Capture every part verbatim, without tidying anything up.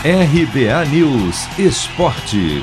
R B A News Esporte.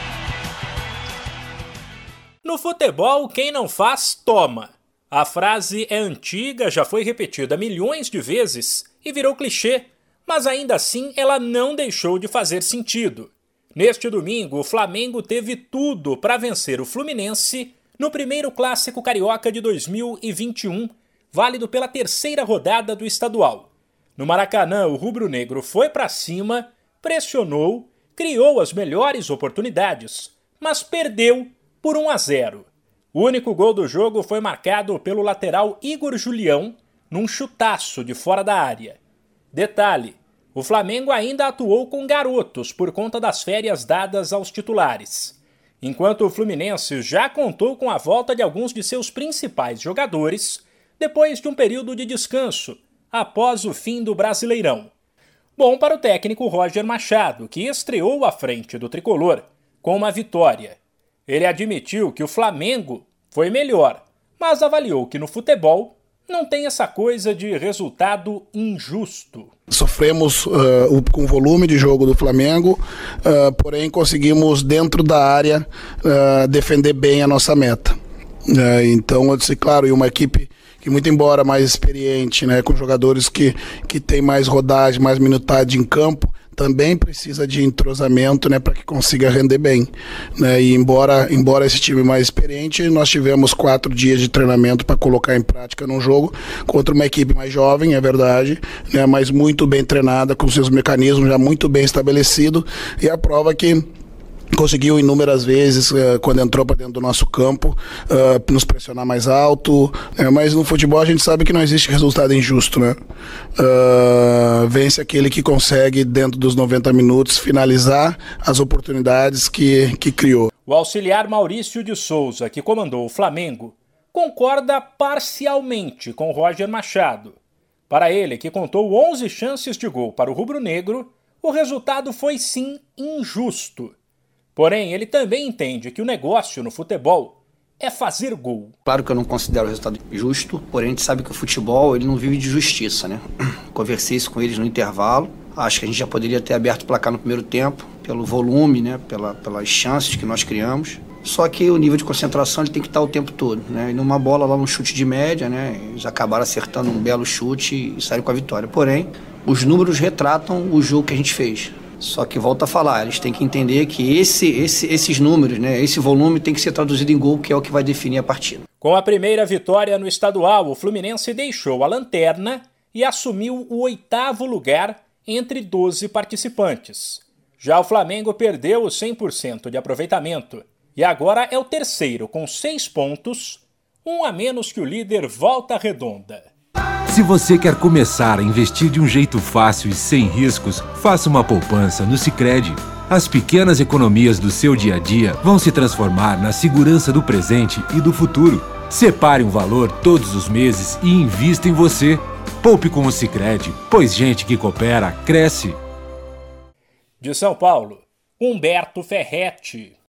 No futebol, quem não faz, toma. A frase é antiga, já foi repetida milhões de vezes e virou clichê, mas ainda assim ela não deixou de fazer sentido. Neste domingo, o Flamengo teve tudo para vencer o Fluminense no primeiro Clássico Carioca de dois mil e vinte e um, válido pela terceira rodada do estadual. No Maracanã, o rubro-negro foi para cima, pressionou, criou as melhores oportunidades, mas perdeu por um a zero. O único gol do jogo foi marcado pelo lateral Igor Julião num chutaço de fora da área. Detalhe, o Flamengo ainda atuou com garotos por conta das férias dadas aos titulares, enquanto o Fluminense já contou com a volta de alguns de seus principais jogadores depois de um período de descanso após o fim do Brasileirão. Bom para o técnico Roger Machado, que estreou à frente do tricolor com uma vitória. Ele admitiu que o Flamengo foi melhor, mas avaliou que no futebol não tem essa coisa de resultado injusto. Sofremos uh, com o volume de jogo do Flamengo, uh, porém conseguimos dentro da área uh, defender bem a nossa meta. Uh, então, eu disse, claro, e uma equipe que, muito embora mais experiente, né, com jogadores que, que tem mais rodagem, mais minutagem em campo, também precisa de entrosamento, né, para que consiga render bem, né? E embora, embora esse time mais experiente, nós tivemos quatro dias de treinamento para colocar em prática num jogo contra uma equipe mais jovem, é verdade, né, mas muito bem treinada, com seus mecanismos já muito bem estabelecidos, e a prova que conseguiu inúmeras vezes, uh, quando entrou para dentro do nosso campo, uh, nos pressionar mais alto, né? Mas no futebol a gente sabe que não existe resultado injusto, né? Uh, vence aquele que consegue, dentro dos noventa minutos, finalizar as oportunidades que, que criou. O auxiliar Maurício de Souza, que comandou o Flamengo, concorda parcialmente com Roger Machado. Para ele, que contou onze chances de gol para o rubro-negro, o resultado foi sim injusto. Porém, ele também entende que o negócio no futebol é fazer gol. Claro que eu não considero o resultado justo, porém a gente sabe que o futebol ele não vive de justiça, né? Conversei isso com eles no intervalo. Acho que a gente já poderia ter aberto o placar no primeiro tempo, pelo volume, né? Pela, pelas chances que nós criamos. Só que o nível de concentração ele tem que estar o tempo todo, né? E numa bola lá no chute de média, né? Eles acabaram acertando um belo chute e saíram com a vitória. Porém, os números retratam o jogo que a gente fez. Só que volta a falar, eles têm que entender que esse, esse, esses números, né, esse volume tem que ser traduzido em gol, que é o que vai definir a partida. Com a primeira vitória no estadual, o Fluminense deixou a lanterna e assumiu o oitavo lugar entre doze participantes. Já o Flamengo perdeu os cem por cento de aproveitamento e agora é o terceiro com seis pontos, um a menos que o líder Volta Redonda. Se você quer começar a investir de um jeito fácil e sem riscos, faça uma poupança no Sicredi. As pequenas economias do seu dia a dia vão se transformar na segurança do presente e do futuro. Separe um valor todos os meses e invista em você. Poupe com o Sicredi, pois gente que coopera, cresce. De São Paulo, Humberto Ferretti.